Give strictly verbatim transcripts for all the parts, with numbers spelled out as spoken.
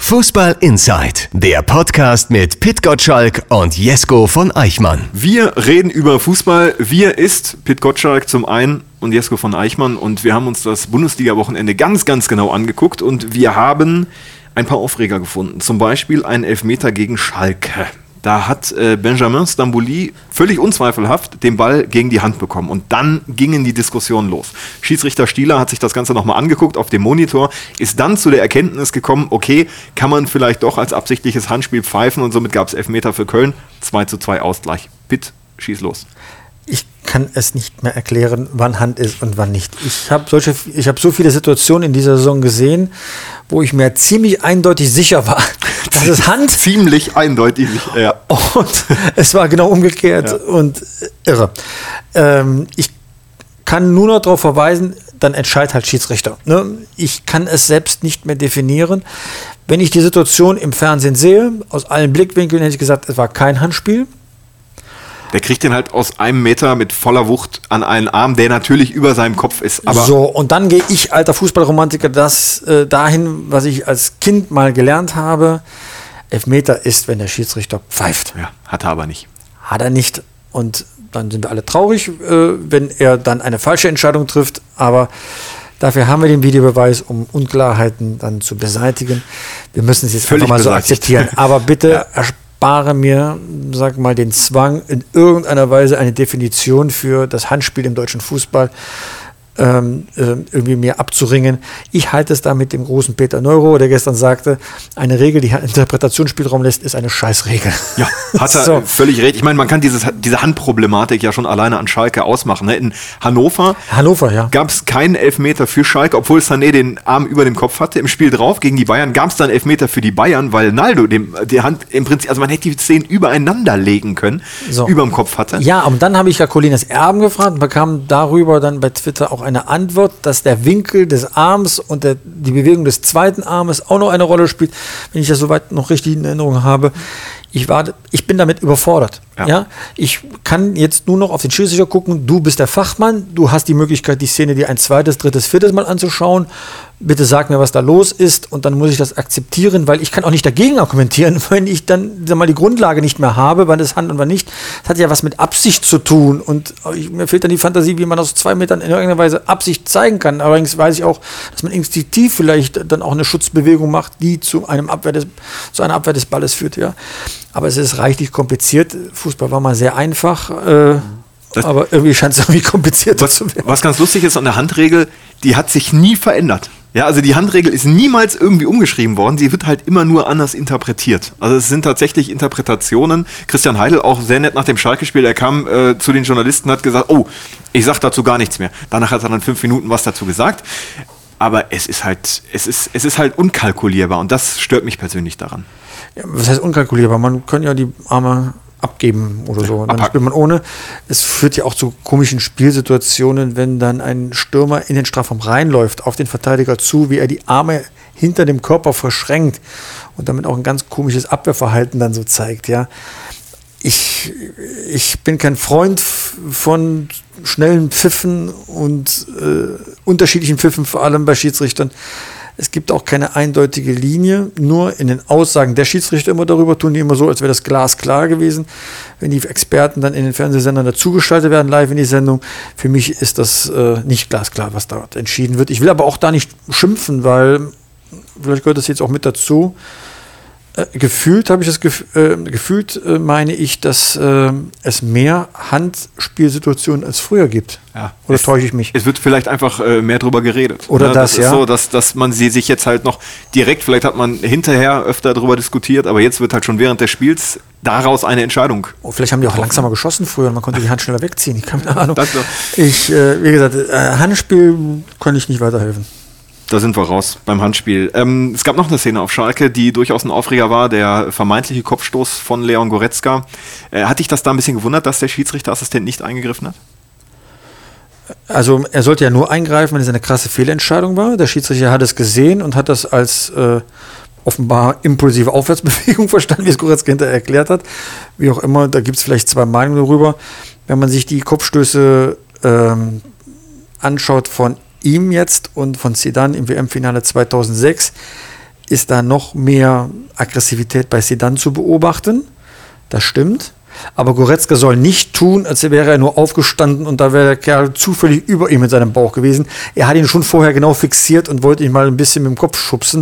Fußball Inside, der Podcast mit Pit Gottschalk und Jesko von Eichmann. Wir reden über Fußball. Wir ist Pit Gottschalk zum einen und Jesko von Eichmann und wir haben uns das Bundesliga-Wochenende ganz, ganz genau angeguckt und wir haben ein paar Aufreger gefunden. Zum Beispiel einen Elfmeter gegen Schalke. Da hat äh, Benjamin Stambouli völlig unzweifelhaft den Ball gegen die Hand bekommen. Und dann gingen die Diskussionen los. Schiedsrichter Stieler hat sich das Ganze nochmal angeguckt auf dem Monitor, ist dann zu der Erkenntnis gekommen, okay, kann man vielleicht doch als absichtliches Handspiel pfeifen und somit gab es Elfmeter für Köln. zwei zu zwei Ausgleich. Pitt, schieß los. Ich kann es nicht mehr erklären, wann Hand ist und wann nicht. Ich habe solche, ich habe so viele Situationen in dieser Saison gesehen, wo ich mir ziemlich eindeutig sicher war, dass es Hand. Ziemlich eindeutig, ja. Und es war genau umgekehrt ja. und irre. Ähm, ich kann nur noch darauf verweisen, dann entscheidet halt Schiedsrichter. Ne? Ich kann es selbst nicht mehr definieren. Wenn ich die Situation im Fernsehen sehe, aus allen Blickwinkeln hätte ich gesagt, es war kein Handspiel. Der kriegt den halt aus einem Meter mit voller Wucht an einen Arm, der natürlich über seinem Kopf ist. Aber so, und dann gehe ich, alter Fußballromantiker, das äh, dahin, was ich als Kind mal gelernt habe. Elfmeter ist, wenn der Schiedsrichter pfeift. Ja, hat er aber nicht. Hat er nicht. Und dann sind wir alle traurig, äh, wenn er dann eine falsche Entscheidung trifft. Aber dafür haben wir den Videobeweis, um Unklarheiten dann zu beseitigen. Wir müssen es jetzt Völlig einfach mal beseitigt. so akzeptieren. Aber bitte ja. erspare mir, sag mal, den Zwang, in irgendeiner Weise eine Definition für das Handspiel im deutschen Fußball ähm, äh, irgendwie mir abzuringen. Ich halte es da mit dem großen Peter Neuro, der gestern sagte, eine Regel, die Interpretationsspielraum lässt, ist eine Scheißregel. Ja, hat er so. völlig recht. Ich meine, man kann dieses, diese Handproblematik ja schon alleine an Schalke ausmachen. Ne? In Hannover, Hannover ja. gab es keinen Elfmeter für Schalke, obwohl Sané den Arm über dem Kopf hatte. Im Spiel drauf gegen die Bayern gab es dann Elfmeter für die Bayern, weil Naldo dem, die Hand im Prinzip, also man hätte die Szenen übereinander legen können, so. über dem Kopf hatte. Ja, und dann habe ich ja Colinas Erben gefragt und bekam darüber dann bei Twitter auch eine Antwort, dass der Winkel des Arms und der, die Bewegung des zweiten Armes auch noch eine Rolle spielt, wenn ich das soweit noch richtig in Erinnerung habe. Ich, war, ich bin damit überfordert. Ja. Ja? Ich kann jetzt nur noch auf den Schiedsrichter gucken, du bist der Fachmann, du hast die Möglichkeit, die Szene dir ein zweites, drittes, viertes Mal anzuschauen. Bitte sag mir, was da los ist und dann muss ich das akzeptieren, weil ich kann auch nicht dagegen argumentieren, wenn ich dann sag mal, die Grundlage nicht mehr habe, wann es Hand und wann nicht. Das hat ja was mit Absicht zu tun und ich, mir fehlt dann die Fantasie, wie man aus zwei Metern in irgendeiner Weise Absicht zeigen kann. Allerdings weiß ich auch, dass man instinktiv vielleicht dann auch eine Schutzbewegung macht, die zu, einem Abwehr des, zu einer Abwehr des Balles führt. Ja. Aber es ist reichlich kompliziert. Fußball war mal sehr einfach, äh, das, aber irgendwie scheint es irgendwie komplizierter was, zu werden. Was ganz lustig ist an der Handregel, die hat sich nie verändert. Ja, also die Handregel ist niemals irgendwie umgeschrieben worden, sie wird halt immer nur anders interpretiert. Also es sind tatsächlich Interpretationen. Christian Heidel, auch sehr nett nach dem Schalke-Spiel, er kam äh, zu den Journalisten und hat gesagt, oh, ich sag dazu gar nichts mehr. Danach hat er dann fünf Minuten was dazu gesagt. Aber es ist halt, es ist, es ist halt unkalkulierbar und das stört mich persönlich daran. Ja, was heißt unkalkulierbar? Man kann ja die Arme abgeben oder so. Und dann spielt man ohne. Es führt ja auch zu komischen Spielsituationen, wenn dann ein Stürmer in den Strafraum reinläuft, auf den Verteidiger zu, wie er die Arme hinter dem Körper verschränkt und damit auch ein ganz komisches Abwehrverhalten dann so zeigt. Ja. Ich, ich bin kein Freund von schnellen Pfiffen und äh, unterschiedlichen Pfiffen, vor allem bei Schiedsrichtern. Es gibt auch keine eindeutige Linie, nur in den Aussagen der Schiedsrichter immer darüber tun die immer so, als wäre das glasklar gewesen. Wenn die Experten dann in den Fernsehsendern dazugeschaltet werden, live in die Sendung, für mich ist das äh, nicht glasklar, was dort entschieden wird. Ich will aber auch da nicht schimpfen, weil vielleicht gehört das jetzt auch mit dazu. Äh, gefühlt habe ich das gef- äh, gefühlt äh, meine ich, dass äh, es mehr Handspielsituationen als früher gibt. Ja, Oder es, täusche ich mich? Es wird vielleicht einfach äh, mehr drüber geredet. Oder ne? das, das ist ja. so, dass, dass man sie sich jetzt halt noch direkt, vielleicht hat man hinterher öfter darüber diskutiert, aber jetzt wird halt schon während des Spiels daraus eine Entscheidung. Oh, vielleicht haben die auch langsamer geschossen früher und man konnte die Hand schneller wegziehen. Ich habe keine Ahnung. Das so. Ich, äh, wie gesagt, äh, Handspiel kann ich nicht weiterhelfen. Da sind wir raus beim Handspiel. Ähm, es gab noch eine Szene auf Schalke, die durchaus ein Aufreger war, der vermeintliche Kopfstoß von Leon Goretzka. Äh, hat dich das da ein bisschen gewundert, dass der Schiedsrichterassistent nicht eingegriffen hat? Also er sollte ja nur eingreifen, wenn es eine krasse Fehlentscheidung war. Der Schiedsrichter hat es gesehen und hat das als äh, offenbar impulsive Aufwärtsbewegung verstanden, wie es Goretzka hinterher erklärt hat. Wie auch immer, da gibt es vielleicht zwei Meinungen darüber. Wenn man sich die Kopfstöße ähm, anschaut von ihm jetzt und von Zidane im W M-Finale zweitausendsechs, ist da noch mehr Aggressivität bei Zidane zu beobachten. Das stimmt. Aber Goretzka soll nicht tun, als wäre er nur aufgestanden und da wäre der Kerl zufällig über ihm mit seinem Bauch gewesen. Er hat ihn schon vorher genau fixiert und wollte ihn mal ein bisschen mit dem Kopf schubsen.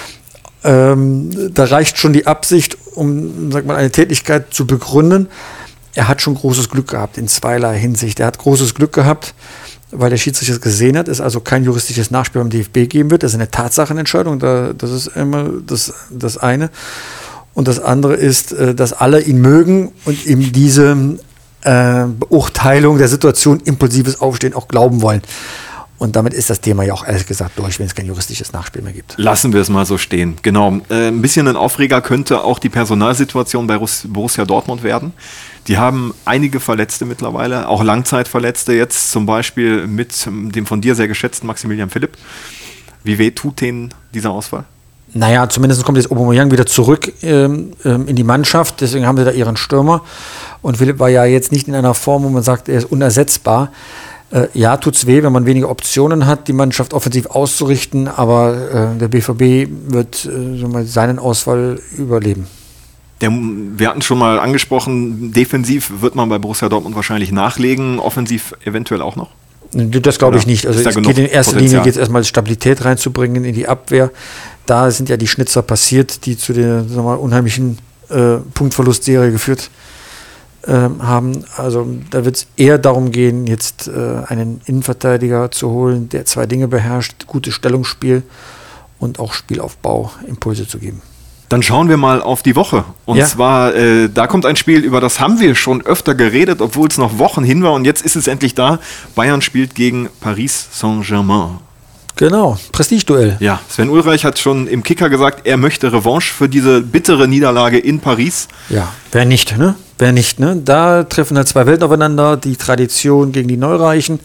Ähm, da reicht schon die Absicht, um, sag mal, eine Tätigkeit zu begründen. Er hat schon großes Glück gehabt in zweierlei Hinsicht. Er hat großes Glück gehabt, weil der Schiedsrichter es gesehen hat, es also kein juristisches Nachspiel beim D F B geben wird. Das ist eine Tatsachenentscheidung, das ist immer das, das eine. Und das andere ist, dass alle ihn mögen und ihm diese äh, Beurteilung der Situation, impulsives Aufstehen auch glauben wollen. Und damit ist das Thema ja auch ehrlich gesagt durch, wenn es kein juristisches Nachspiel mehr gibt. Lassen wir es mal so stehen. Genau. Äh, ein bisschen ein Aufreger könnte auch die Personalsituation bei Russ- Borussia Dortmund werden. Die haben einige Verletzte mittlerweile, auch Langzeitverletzte jetzt, zum Beispiel mit dem von dir sehr geschätzten Maximilian Philipp. Wie weh tut denen dieser Ausfall? Naja, zumindest kommt jetzt Aubameyang wieder zurück ähm, in die Mannschaft, deswegen haben sie da ihren Stürmer. Und Philipp war ja jetzt nicht in einer Form, wo man sagt, er ist unersetzbar. Äh, ja, tut's weh, wenn man weniger Optionen hat, die Mannschaft offensiv auszurichten, aber äh, der B V B wird äh, so mal seinen Ausfall überleben. Der, wir hatten schon mal angesprochen, defensiv wird man bei Borussia Dortmund wahrscheinlich nachlegen, offensiv eventuell auch noch. Das glaube ich nicht. Also es geht in erster Linie geht es erstmal Stabilität reinzubringen in die Abwehr. Da sind ja die Schnitzer passiert, die zu der sagen wir mal, unheimlichen äh, Punktverlustserie geführt äh, haben. Also da wird es eher darum gehen, jetzt äh, einen Innenverteidiger zu holen, der zwei Dinge beherrscht, gutes Stellungsspiel und auch Spielaufbau Impulse zu geben. Dann schauen wir mal auf die Woche. Und ja. zwar, äh, da kommt ein Spiel, über das haben wir schon öfter geredet, obwohl es noch Wochen hin war. Und jetzt ist es endlich da. Bayern spielt gegen Paris Saint-Germain. Genau, Prestigeduell. Ja, Sven Ulreich hat schon im Kicker gesagt, er möchte Revanche für diese bittere Niederlage in Paris. Ja, wer nicht, ne? Wer nicht, ne? Da treffen halt zwei Welten aufeinander, die Tradition gegen die Neureichen.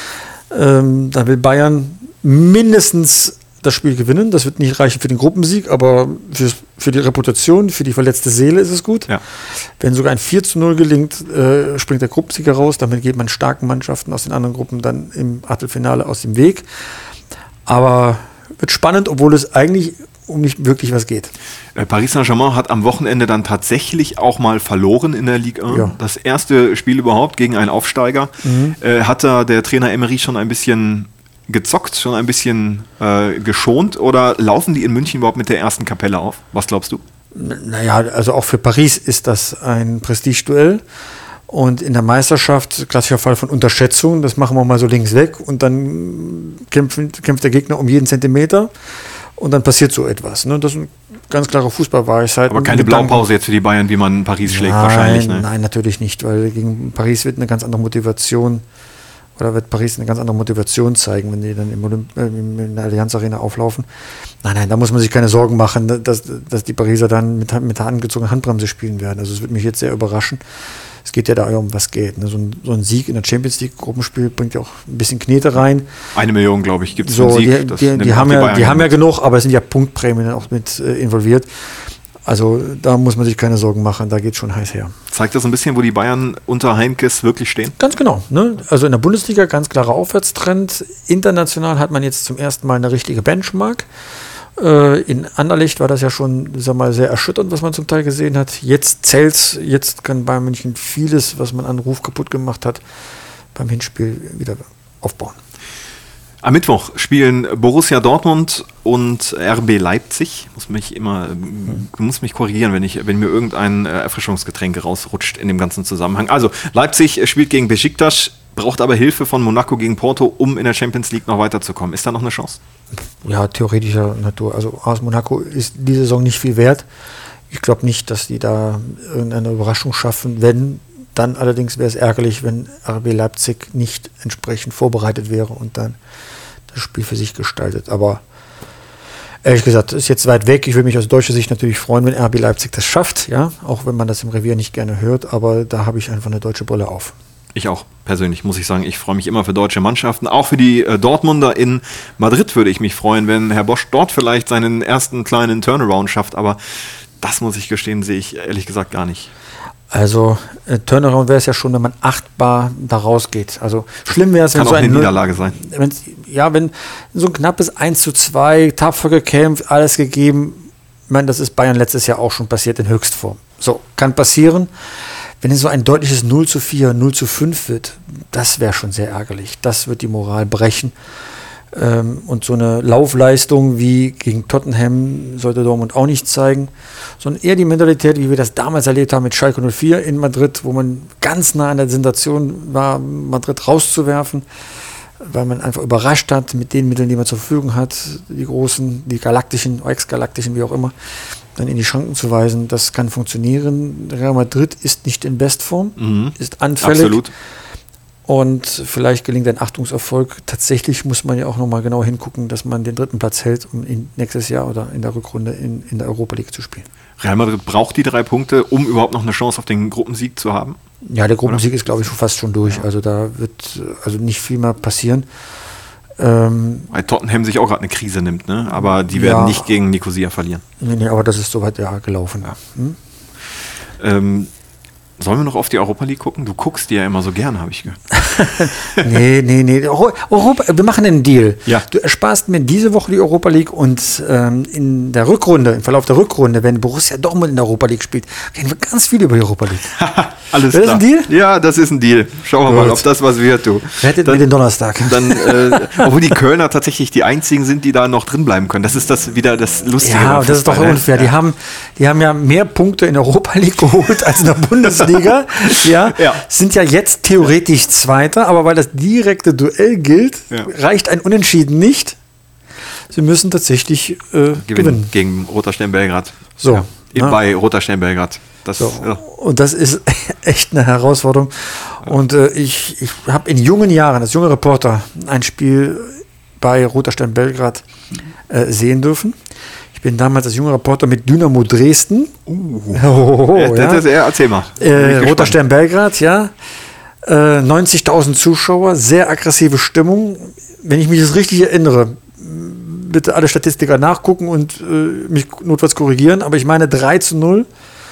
Ähm, da will Bayern mindestens das Spiel gewinnen. Das wird nicht reichen für den Gruppensieg, aber für, für die Reputation, für die verletzte Seele ist es gut. Ja. Wenn sogar ein vier zu null gelingt, äh, springt der Gruppensieger raus. Damit geht man starken Mannschaften aus den anderen Gruppen dann im Achtelfinale aus dem Weg. Aber wird spannend, obwohl es eigentlich um nicht wirklich was geht. Äh, Paris Saint-Germain hat am Wochenende dann tatsächlich auch mal verloren in der Ligue eins. Ja. Das erste Spiel überhaupt gegen einen Aufsteiger. Mhm. Äh, hat da der Trainer Emery schon ein bisschen gezockt, schon ein bisschen äh, geschont, oder laufen die in München überhaupt mit der ersten Kapelle auf? Was glaubst du? Naja, also auch für Paris ist das ein Prestigeduell. Und in der Meisterschaft, klassischer Fall von Unterschätzung, das machen wir mal so links weg und dann kämpft, kämpft der Gegner um jeden Zentimeter und dann passiert so etwas. Ne? Das ist eine ganz klare Fußballweisheit. Aber keine Blaupause jetzt für die Bayern, wie man Paris schlägt, nein, wahrscheinlich. Ne? Nein, natürlich nicht, weil gegen Paris wird eine ganz andere Motivation oder wird Paris eine ganz andere Motivation zeigen, wenn die dann im Olymp- äh, in der Allianz Arena auflaufen. Nein, nein, da muss man sich keine Sorgen machen, dass, dass die Pariser dann mit, mit der angezogenen Handbremse spielen werden. Also es würde mich jetzt sehr überraschen. Es geht ja da um was geht. Ne? So, ein, so ein Sieg in der Champions League Gruppenspiel bringt ja auch ein bisschen Knete rein. Eine Million, glaube ich, gibt es so, für einen Sieg. Die, die, die, haben, ja, die haben ja genug, aber es sind ja Punktprämien auch mit äh, involviert. Also da muss man sich keine Sorgen machen, da geht es schon heiß her. Zeigt das ein bisschen, wo die Bayern unter Heinkes wirklich stehen? Ganz genau. Ne? Also in der Bundesliga ganz klarer Aufwärtstrend. International hat man jetzt zum ersten Mal eine richtige Benchmark. Äh, in Anderlecht war das ja schon, sag mal, sehr erschütternd, was man zum Teil gesehen hat. Jetzt zählt's, jetzt kann Bayern München vieles, was man an Ruf kaputt gemacht hat, beim Hinspiel wieder aufbauen. Am Mittwoch spielen Borussia Dortmund und R B Leipzig. Muss mich immer, hm. muss mich korrigieren, wenn ich, wenn mir irgendein Erfrischungsgetränk rausrutscht in dem ganzen Zusammenhang. Also Leipzig spielt gegen Besiktas, braucht aber Hilfe von Monaco gegen Porto, um in der Champions League noch weiterzukommen. Ist da noch eine Chance? Ja, theoretischer Natur. Also aus Monaco ist die Saison nicht viel wert. Ich glaube nicht, dass die da irgendeine Überraschung schaffen. Wenn, dann allerdings wäre es ärgerlich, wenn R B Leipzig nicht entsprechend vorbereitet wäre und dann das Spiel für sich gestaltet. Aber ehrlich gesagt, ist jetzt weit weg. Ich würde mich aus deutscher Sicht natürlich freuen, wenn R B Leipzig das schafft, ja, auch wenn man das im Revier nicht gerne hört, aber da habe ich einfach eine deutsche Brille auf. Ich auch, persönlich, muss ich sagen. Ich freue mich immer für deutsche Mannschaften. Auch für die äh, Dortmunder in Madrid würde ich mich freuen, wenn Herr Bosch dort vielleicht seinen ersten kleinen Turnaround schafft. Aber Das muss ich gestehen, sehe ich ehrlich gesagt gar nicht. Also äh, Turnaround wäre es ja schon, wenn man achtbar da rausgeht. Also schlimm wäre es, wenn Kann so auch eine ein Niederlage sein. Wenn's, ja, wenn so ein knappes eins zu zwei, tapfer gekämpft, alles gegeben. Ich meine, das ist Bayern letztes Jahr auch schon passiert in Höchstform. So, kann passieren. Wenn es so ein deutliches null zu vier, null zu fünf wird, das wäre schon sehr ärgerlich. Das wird die Moral brechen. Ähm, und so eine Laufleistung wie gegen Tottenham sollte Dortmund auch nicht zeigen, sondern eher die Mentalität, wie wir das damals erlebt haben mit Schalke null vier in Madrid, wo man ganz nah an der Sensation war, Madrid rauszuwerfen, weil man einfach überrascht hat mit den Mitteln, die man zur Verfügung hat, die großen, die galaktischen, ex-galaktischen, wie auch immer, dann in die Schranken zu weisen. Das kann funktionieren. Real Madrid ist nicht in Bestform, Mhm. ist anfällig. Absolut. Und vielleicht gelingt ein Achtungserfolg. Tatsächlich muss man ja auch nochmal genau hingucken, dass man den dritten Platz hält, um in nächstes Jahr oder in der Rückrunde in, in der Europa League zu spielen. Real Madrid braucht die drei Punkte, um überhaupt noch eine Chance auf den Gruppensieg zu haben. Ja, der Gruppensieg ist, glaube ich, schon fast schon durch. Also da wird also nicht viel mehr passieren. Ähm, Weil Tottenham sich auch gerade eine Krise nimmt, ne? Aber die werden Ja. nicht gegen Nicosia verlieren. nee, nee, aber das ist soweit ja gelaufen. Hm? Ähm, sollen wir noch auf die Europa League gucken? Du guckst die ja immer so gerne, habe ich gehört. nee, nee, nee. Euro- Europa, wir machen einen Deal. Ja. Du ersparst mir diese Woche die Europa League und ähm, in der Rückrunde, im Verlauf der Rückrunde, wenn Borussia Dortmund in der Europa League spielt, reden wir ganz viel über die Europa League. Alles Ist das klar. ein Deal? Ja, das ist ein Deal. Schauen wir Gut. mal, ob das was wird, du. Rettet mir den Donnerstag. Dann, äh, obwohl die Kölner tatsächlich die einzigen sind, die da noch drin bleiben können. Das ist das wieder das Lustige. Ja, beim das ist doch Fußball, ne? unfair. Die, Ja. haben, die haben ja mehr Punkte in der Europa League geholt als in der Bundesliga. Ja, Ja. sind ja jetzt theoretisch Zweiter, aber weil das direkte Duell gilt, Ja. reicht ein Unentschieden nicht. Sie müssen tatsächlich äh, Gewinnen gewinnen. gegen Roter Stern Belgrad. So. Ja. Ja. Bei Roter Stern Belgrad. Das, So. ja. Und das ist echt eine Herausforderung. Und äh, ich, ich habe in jungen Jahren als junger Reporter ein Spiel bei Roter Stern Belgrad äh, sehen dürfen. Ich bin damals als junger Reporter mit Dynamo Dresden. Uh. Oh, Ja, ja. das ist, ja, erzähl mal. Bin ich Äh, gespannt. Roter Stern Belgrad, ja. Äh, neunzigtausend Zuschauer, sehr aggressive Stimmung. Wenn ich mich das richtig erinnere, bitte alle Statistiker nachgucken und äh, mich notfalls korrigieren, aber ich meine drei zu null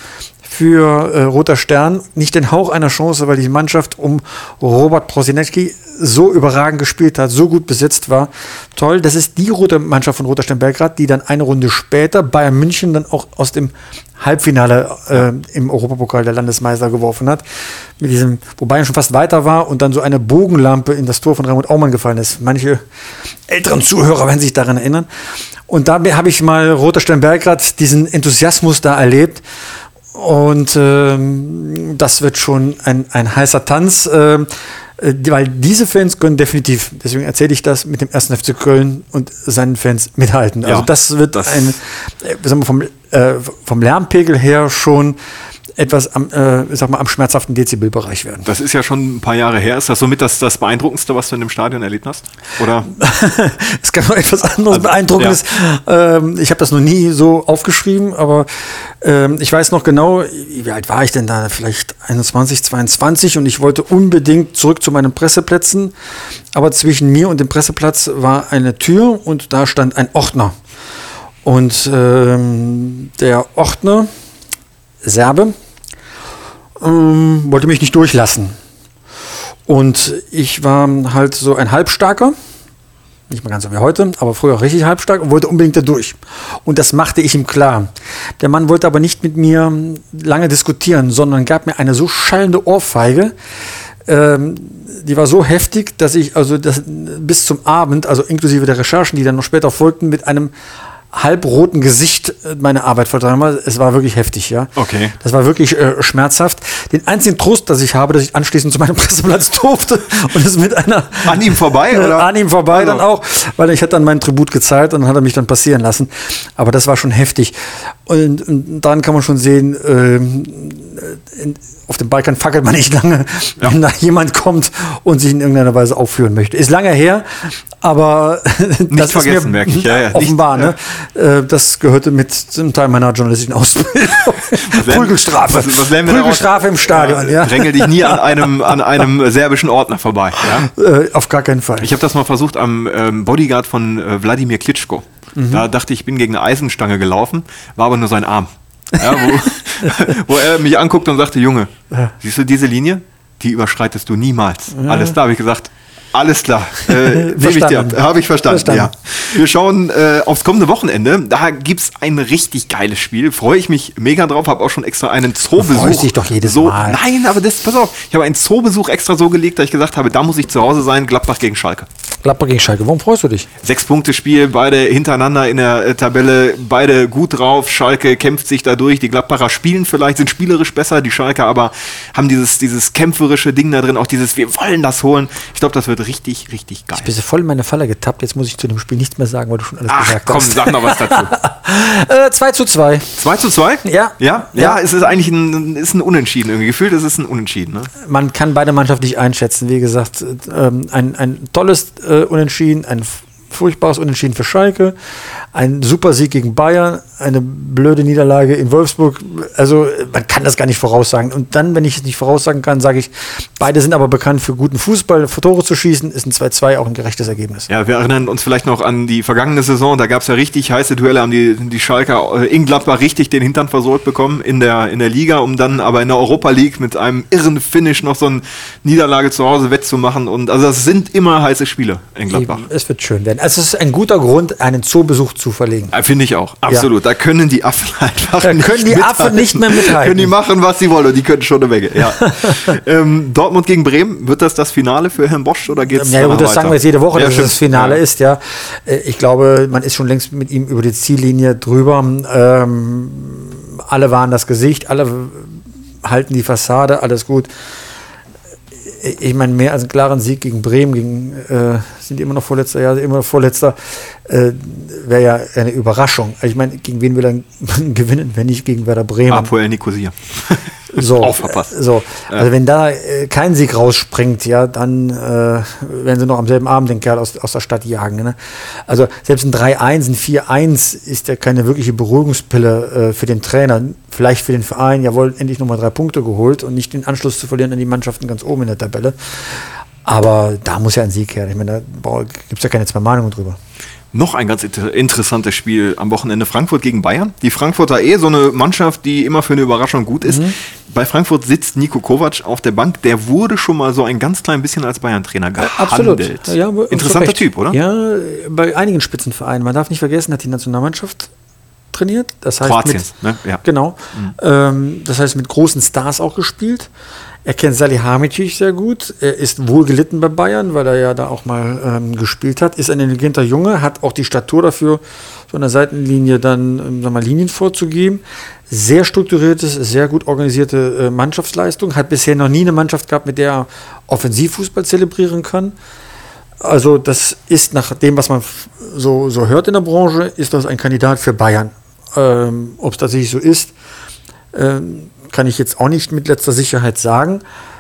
für äh, Roter Stern. Nicht den Hauch einer Chance, weil die Mannschaft um Robert Prosinecki so überragend gespielt hat, so gut besetzt war. Toll, das ist die rote Mannschaft von Roter Stern Belgrad, die dann eine Runde später Bayern München dann auch aus dem Halbfinale äh, im Europapokal der Landesmeister geworfen hat. Mit diesem, wo Bayern schon fast weiter war und dann so eine Bogenlampe in das Tor von Raimund Aumann gefallen ist. Manche älteren Zuhörer werden sich daran erinnern. Und da habe ich mal Roter Stern Belgrad diesen Enthusiasmus da erlebt. Und ähm, das wird schon ein, ein heißer Tanz, äh, weil diese Fans können definitiv, deswegen erzähle ich das, mit dem ersten F C Köln und seinen Fans mithalten. Ja, also das wird das ein, äh, sagen wir vom, äh, vom Lärmpegel her schon etwas am, äh, sag mal, am schmerzhaften Dezibelbereich werden. Das ist ja schon ein paar Jahre her. Ist das somit das, das Beeindruckendste, was du in dem Stadion erlebt hast? Oder? Es gab noch etwas anderes Also, Beeindruckendes. Ähm, ich habe das noch nie so aufgeschrieben, aber ähm, ich weiß noch genau, wie alt war ich denn da? Vielleicht einundzwanzig, zweiundzwanzig und ich wollte unbedingt zurück zu meinen Presseplätzen. Aber zwischen mir und dem Presseplatz war eine Tür und da stand ein Ordner. Und ähm, der Ordner, Serbe, ähm, wollte mich nicht durchlassen. Und ich war halt so ein Halbstarker, nicht mehr ganz so wie heute, aber früher richtig halbstark und wollte unbedingt da durch. Und das machte ich ihm klar. Der Mann wollte aber nicht mit mir lange diskutieren, sondern gab mir eine so schallende Ohrfeige, ähm, die war so heftig, dass ich also das, bis zum Abend, also inklusive der Recherchen, die dann noch später folgten, mit einem halbroten Gesicht meine Arbeit vertragen war. Es war wirklich heftig, ja. Okay. Das war wirklich äh, schmerzhaft. Den einzigen Trost, dass ich habe, dass ich anschließend zu meinem Presseplatz durfte und es mit einer An ihm vorbei, oder? Äh, an ihm vorbei Also. dann auch, weil ich hatte dann meinen Tribut gezahlt und dann hat er mich dann passieren lassen. Aber das war schon heftig. Und, und dann kann man schon sehen, ähm, in, auf dem Balkan fackelt man nicht lange, Ja. wenn da jemand kommt und sich in irgendeiner Weise aufführen möchte. Ist lange her, aber das vergessen, ist mir merke ich. Ja, ja. offenbar. Nicht- Ne? Äh, Das gehörte mit zum Teil meiner journalistischen Ausbildung. lernen- Prügelstrafe. was- was lernen wir daraus? Prügelstrafe im Stadion. Ja, Drängel dich nie an einem, an einem serbischen Ordner vorbei. Ja? Äh, auf gar keinen Fall. Ich habe das mal versucht am ähm, Bodyguard von äh, Wladimir Klitschko. Mhm. Da dachte ich, ich bin gegen eine Eisenstange gelaufen, war aber nur sein Arm. Ja, wo, wo er mich anguckt und sagte, Junge, siehst du diese Linie? Die überschreitest du niemals. Ja. Alles klar, habe ich gesagt. Alles klar, äh, nehme ich dir ab. Habe ich verstanden, verstanden. Ja. Wir schauen äh, aufs kommende Wochenende. Da gibt es ein richtig geiles Spiel. Freue ich mich mega drauf. Habe auch schon extra einen Zoobesuch. Du freust dich doch jedes so, Mal. Nein, aber das, pass auf. Ich habe einen Zoobesuch extra so gelegt, dass ich gesagt habe, da muss ich zu Hause sein. Gladbach gegen Schalke. Gladbach gegen Schalke. Warum freust du dich? Sechs-Punkte-Spiel, beide hintereinander in der äh, Tabelle. Beide gut drauf. Schalke kämpft sich da durch. Die Gladbacher spielen vielleicht, sind spielerisch besser. Die Schalke aber haben dieses, dieses kämpferische Ding da drin. Auch dieses, wir wollen das holen. Ich glaube, das wird richtig, richtig geil. Ich bin voll in meine Falle getappt. Jetzt muss ich zu dem Spiel nichts mehr sagen, weil du schon alles Ach, gesagt komm, hast. Ach komm, sag noch was dazu. äh, zwei zu zwei. zwei zu zwei? Ja. Ja? Ja, ja. Es ist eigentlich ein, ist ein Unentschieden. Irgendwie gefühlt ist es ein Unentschieden. Ne? Man kann beide Mannschaften nicht einschätzen. Wie gesagt, ähm, ein, ein tolles äh, Unentschieden, ein furchtbares Unentschieden für Schalke, ein super Sieg gegen Bayern, eine blöde Niederlage in Wolfsburg. Also man kann das gar nicht voraussagen. Und dann, wenn ich es nicht voraussagen kann, sage ich, beide sind aber bekannt für guten Fußball, für Tore zu schießen, ist ein zwei zu zwei auch ein gerechtes Ergebnis. Ja, wir erinnern uns vielleicht noch an die vergangene Saison, da gab es ja richtig heiße Duelle, haben die, die Schalker in Gladbach richtig den Hintern versohlt bekommen in der, in der Liga, um dann aber in der Europa League mit einem irren Finish noch so eine Niederlage zu Hause wettzumachen. Und also das sind immer heiße Spiele in Gladbach. Eben, es wird schön werden. Also es ist ein guter Grund, einen Zoobesuch zu verlegen. Finde ich auch, absolut. Ja. Da können die Affen einfach da nicht können die mithalten. Affen nicht mehr mithalten. Können die machen, was sie wollen und die können schon eine Menge. Ja. ähm, Dortmund gegen Bremen, wird das das Finale für Herrn Bosch oder geht es Ja, gut, das weiter? Sagen wir jetzt jede Woche, ja, dass es das Finale ja. ist. Ja. Ich glaube, man ist schon längst mit ihm über die Ziellinie drüber. Ähm, alle wahren das Gesicht, alle halten die Fassade, alles gut. Ich meine, mehr als einen klaren Sieg gegen Bremen, gegen, äh, sind immer noch Vorletzter, ja, immer noch Vorletzter, äh, wäre ja eine Überraschung. Ich meine, gegen wen will er gewinnen, wenn nicht gegen Werder Bremen? Apoel Nicosia. So, auch verpasst. So. Also ja. wenn da äh, kein Sieg rausspringt, ja, dann äh, werden sie noch am selben Abend den Kerl aus, aus der Stadt jagen. Ne? Also selbst ein drei eins, ein vier eins ist ja keine wirkliche Beruhigungspille äh, für den Trainer. Vielleicht für den Verein, jawohl, endlich nochmal drei Punkte geholt und nicht den Anschluss zu verlieren an die Mannschaften ganz oben in der Tabelle. Aber da muss ja ein Sieg her. Ich meine, da gibt es ja keine zwei Meinungen drüber. Noch ein ganz inter- interessantes Spiel am Wochenende, Frankfurt gegen Bayern. Die Frankfurter eh so eine Mannschaft, die immer für eine Überraschung gut ist. Mhm. Bei Frankfurt sitzt Niko Kovac auf der Bank. Der wurde schon mal so ein ganz klein bisschen als Bayern-Trainer gehandelt. Absolut. Ja, interessanter Typ, oder? Ja, bei einigen Spitzenvereinen. Man darf nicht vergessen, hat die Nationalmannschaft trainiert. Das heißt Kroatien, mit, ne? Ja. Genau. Mhm. Ähm, das heißt, mit großen Stars auch gespielt. Er kennt Salihamidzic sehr gut. Er ist wohl gelitten bei Bayern, weil er ja da auch mal ähm, gespielt hat. Ist ein intelligenter Junge, hat auch die Statur dafür, so an der Seitenlinie dann ähm, sagen wir mal, Linien vorzugeben. Sehr strukturiertes, sehr gut organisierte äh, Mannschaftsleistung. Hat bisher noch nie eine Mannschaft gehabt, mit der er Offensivfußball zelebrieren kann. Also das ist nach dem, was man f- so, so hört in der Branche, ist das ein Kandidat für Bayern. Ähm, ob es tatsächlich so ist, ähm, kann ich jetzt auch nicht mit letzter Sicherheit sagen,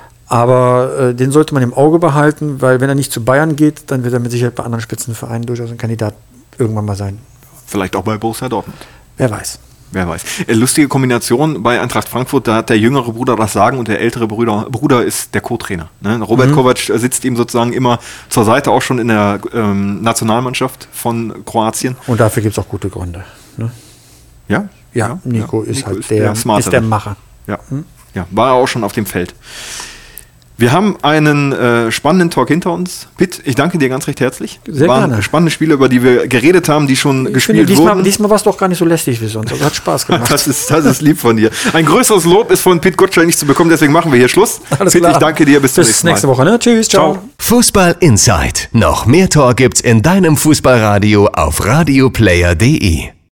aber äh, den sollte man im Auge behalten, weil wenn er nicht zu Bayern geht, dann wird er mit Sicherheit bei anderen Spitzenvereinen durchaus ein Kandidat irgendwann mal sein. Vielleicht auch bei Borussia Dortmund. Wer weiß. Wer weiß. Lustige Kombination bei Eintracht Frankfurt, da hat der jüngere Bruder das Sagen und der ältere Bruder, Bruder ist der Co-Trainer. Ne? Robert mhm. Kovac sitzt ihm sozusagen immer zur Seite, auch schon in der ähm, Nationalmannschaft von Kroatien. Und dafür gibt es auch gute Gründe. Ne? Ja? Ja, ja, Nico ja. ist Nico halt ist der, der, ist der Macher. Ja. Hm? Ja, war er auch schon auf dem Feld. Wir haben einen äh, spannenden Talk hinter uns. Pitt, ich danke dir ganz recht herzlich. Sehr Waren gerne. Spannende Spiele, über die wir geredet haben, die schon ich gespielt finde, diesmal, wurden. Diesmal war es doch gar nicht so lästig wie sonst. Also hat Spaß gemacht. das, ist, das ist lieb von dir. Ein größeres Lob ist von Pitt Gottschalk nicht zu bekommen, deswegen machen wir hier Schluss. Alles Pitt, klar. ich danke dir. Bis, bis zum nächsten Mal. nächste Woche. Ne? Tschüss, ciao. ciao. Fußball Insight. Noch mehr Talk gibt's in deinem Fußballradio auf radioplayer punkt de.